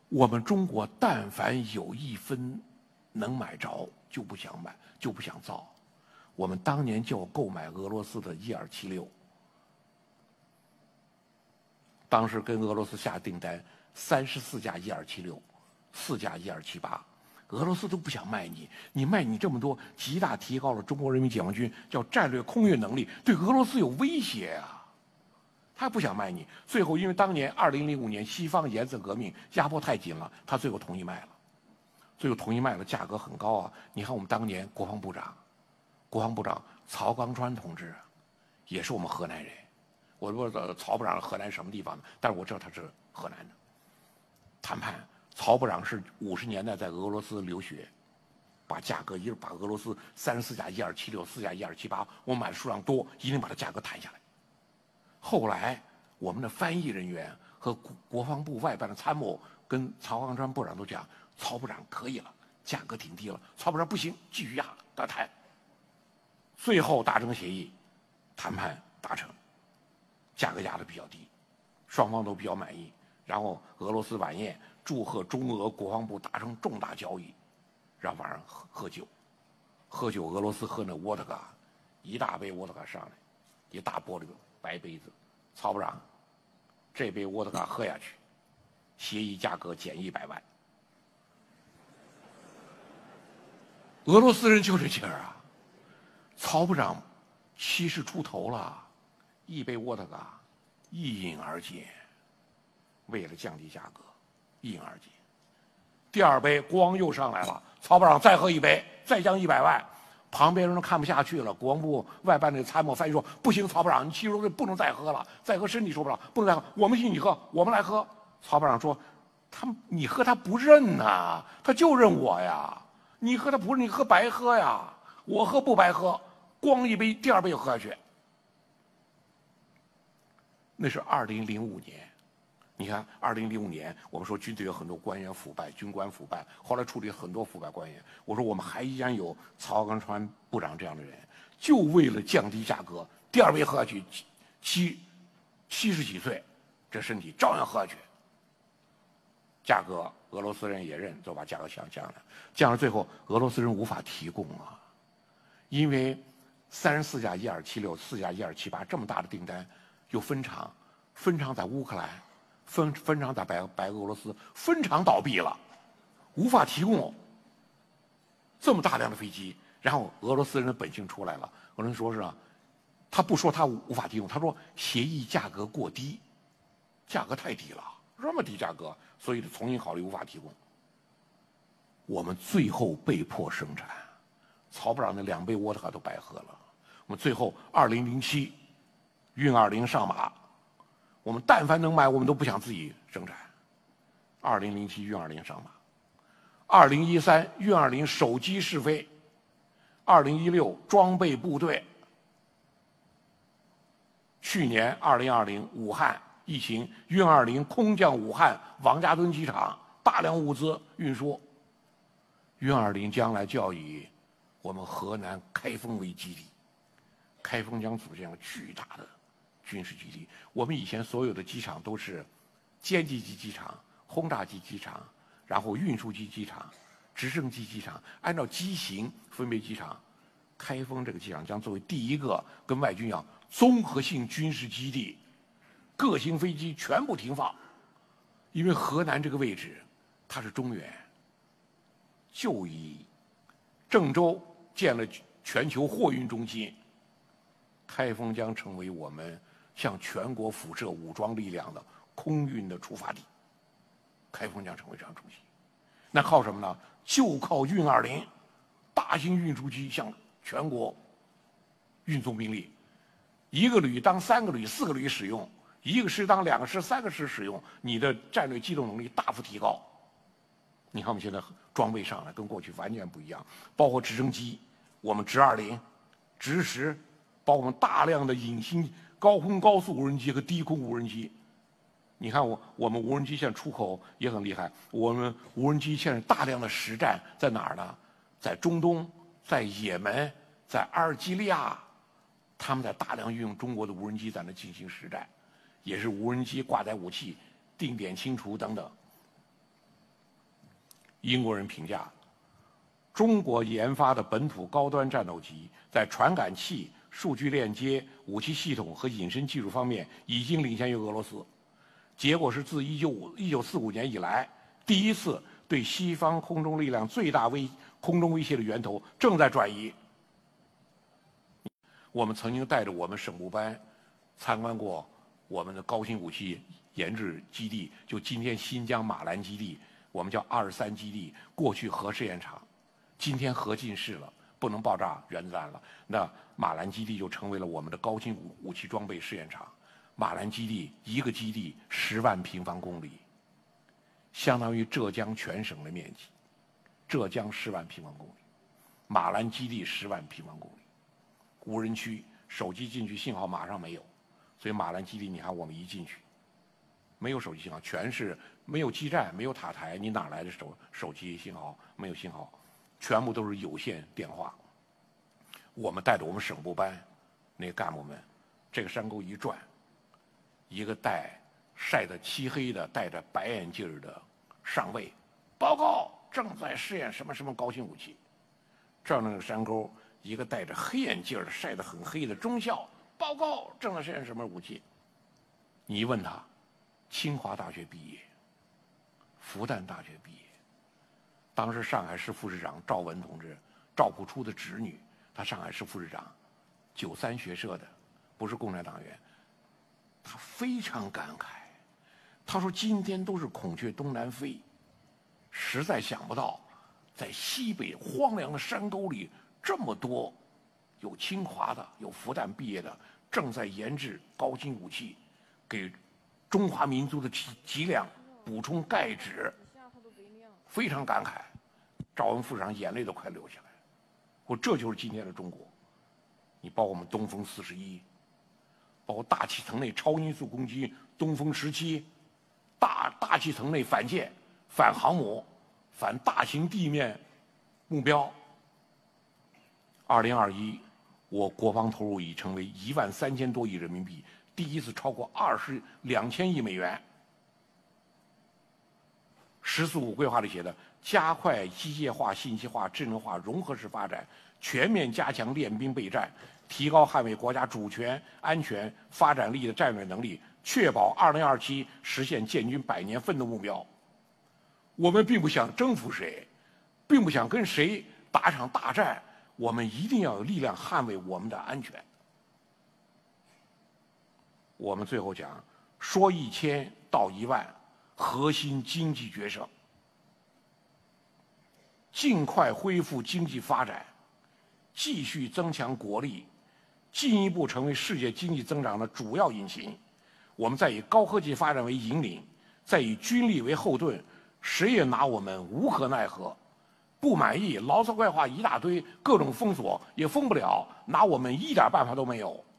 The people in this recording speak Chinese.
我们中国但凡有一分能买着，就不想买，就不想造。我们当年就要购买俄罗斯的1276，当时跟俄罗斯下订单34架1276，4架1278，俄罗斯都不想卖你，你卖你这么多，极大提高了中国人民解放军叫战略空运能力，对俄罗斯有威胁啊。他不想卖你，最后因为当年2005年西方颜色革命压迫太紧了，他最后同意卖了，价格很高啊。你看我们当年国防部长曹刚川同志，也是我们河南人，我不知道曹部长河南什么地方的，但是我知道他是河南的。谈判，曹部长是50年代在俄罗斯留学，把俄罗斯34架1276，4架1278，我买的数量多，一定把它价格谈下来。后来，我们的翻译人员和国防部外办的参谋跟曹刚川部长都讲，曹部长可以了，价格挺低了。曹部长不行，继续压，大谈。最后达成协议，谈判达成，价格压得比较低，双方都比较满意。然后俄罗斯晚宴祝贺中俄国防部达成重大交易，让晚上喝酒，俄罗斯喝那沃特嘎，一大杯沃特嘎上来，一大玻璃白杯子，曹部长，这杯沃特嘎喝下去，协议价格减100万。俄罗斯人就这劲儿啊，曹部长70出头了，一杯沃特嘎一饮而尽，为了降低价格，一饮而尽。第二杯咣又上来了，曹部长再喝一杯，再降100万。旁边人都看不下去了，国防部外办的参谋翻译说：“不行，曹部长，你70多岁不能再喝了，再喝身体受不了，不能再喝。我们请你喝，我们来喝。”曹部长说：“你喝他不认呐，他就认我呀。你喝他不认，你喝白喝呀，我喝不白喝。咣一杯，第二杯又喝下去。”那是2005年。你看，2005年我们说军队有很多官员腐败，军官腐败，后来处理很多腐败官员。我说我们还依然有曹刚川部长这样的人，就为了降低价格，第二杯喝下去，70几岁，这身体照样喝下去。价格俄罗斯人也认，就把价格降了，降了最后俄罗斯人无法提供啊，因为34架1276，4架1278这么大的订单，又分厂在乌克兰。分厂在白俄罗斯，分厂倒闭了，无法提供这么大量的飞机。然后俄罗斯人的本性出来了，俄罗斯人说是啊，他不说他无法提供，他说协议价格过低，价格太低了，这么低价格，所以重新考虑无法提供。我们最后被迫生产，曹部长那2杯沃特卡都白喝了。我们最后2007运20上马。我们但凡能买，我们都不想自己生产。2007运20上马，2013运20首机试飞，2016装备部队。去年2020武汉疫情，运20空降武汉王家墩机场，大量物资运输。运20将来就要以我们河南开封为基地，开封将组建了巨大的军事基地。我们以前所有的机场都是歼击机机场、轰炸机机场，然后运输机机场、直升机机场，按照机型分为机场。开封这个机场将作为第一个跟外军一样综合性军事基地，各型飞机全部停放。因为河南这个位置它是中原，就以郑州建了全球货运中心，开封将成为我们向全国辐射武装力量的空运的出发地。开封将成为这样中心，那靠什么呢？就靠运20大型运输机向全国运送兵力，一个旅当3个旅、4个旅使用，一个师当2个师、3个师使用，你的战略机动能力大幅提高。你看我们现在装备上来跟过去完全不一样，包括直升机，我们直20、直10，包括我们大量的隐形高空高速无人机和低空无人机。你看我们无人机现在出口也很厉害，我们无人机现在大量的实战在哪儿呢？在中东，在也门，在阿尔及利亚，他们在大量运用中国的无人机在那进行实战，也是无人机挂载武器、定点清除等等。 英国人评价，中国研发的本土高端战斗机在传感器、数据链接、武器系统和隐身技术方面已经领先于俄罗斯。结果是自1945年以来，第一次对西方空中力量最大空中威胁的源头正在转移。我们曾经带着我们省部班参观过我们的高新武器研制基地，就今天新疆马兰基地，我们叫23基地，过去核试验场，今天核进式了，不能爆炸原子弹了，那马兰基地就成为了我们的高新武器装备试验场。马兰基地一个基地10万平方公里，相当于浙江全省的面积。浙江10万平方公里，马兰基地10万平方公里，无人区，手机进去信号马上没有，所以马兰基地你看我们一进去，没有手机信号，全是没有基站，没有塔台，你哪来的手机信号？没有信号，全部都是有线电话。我们带着我们省部班那干部们，这个山沟一转，一个晒得漆黑的戴着白眼镜的上尉报告，正在试验什么什么高新武器。这儿那个山沟，一个戴着黑眼镜的晒得很黑的中校报告，正在试验什么武器。你一问他，清华大学毕业，复旦大学毕业，当时上海市副市长赵文同志，赵朴初的侄女，他上海市副市长，93学社的，不是共产党员。他非常感慨，他说今天都是孔雀东南飞，实在想不到在西北荒凉的山沟里，这么多有清华的有复旦毕业的正在研制高新武器，给中华民族的脊梁补充钙质，非常感慨。赵文副市长眼泪都快流下来了。我这就是今天的中国，你包括我们东风41，包括大气层内超音速攻击东风17，大气层内反舰、反航母、反大型地面目标。2021，我国防投入已成为13000多亿人民币，第一次超过2000亿美元。“十四五”规划里写的，加快机械化、信息化、智能化融合式发展，全面加强练兵备战，提高捍卫国家主权、安全、发展利益的战略能力，确保2027实现建军100年奋斗目标。我们并不想征服谁，并不想跟谁打场大战，我们一定要有力量捍卫我们的安全。我们最后讲，说1000道10000，核心经济决胜，尽快恢复经济发展，继续增强国力，进一步成为世界经济增长的主要引擎。我们再以高科技发展为引领，再以军力为后盾，谁也拿我们无可奈何。不满意，牢骚怪话一大堆，各种封锁也封不了，拿我们一点办法都没有。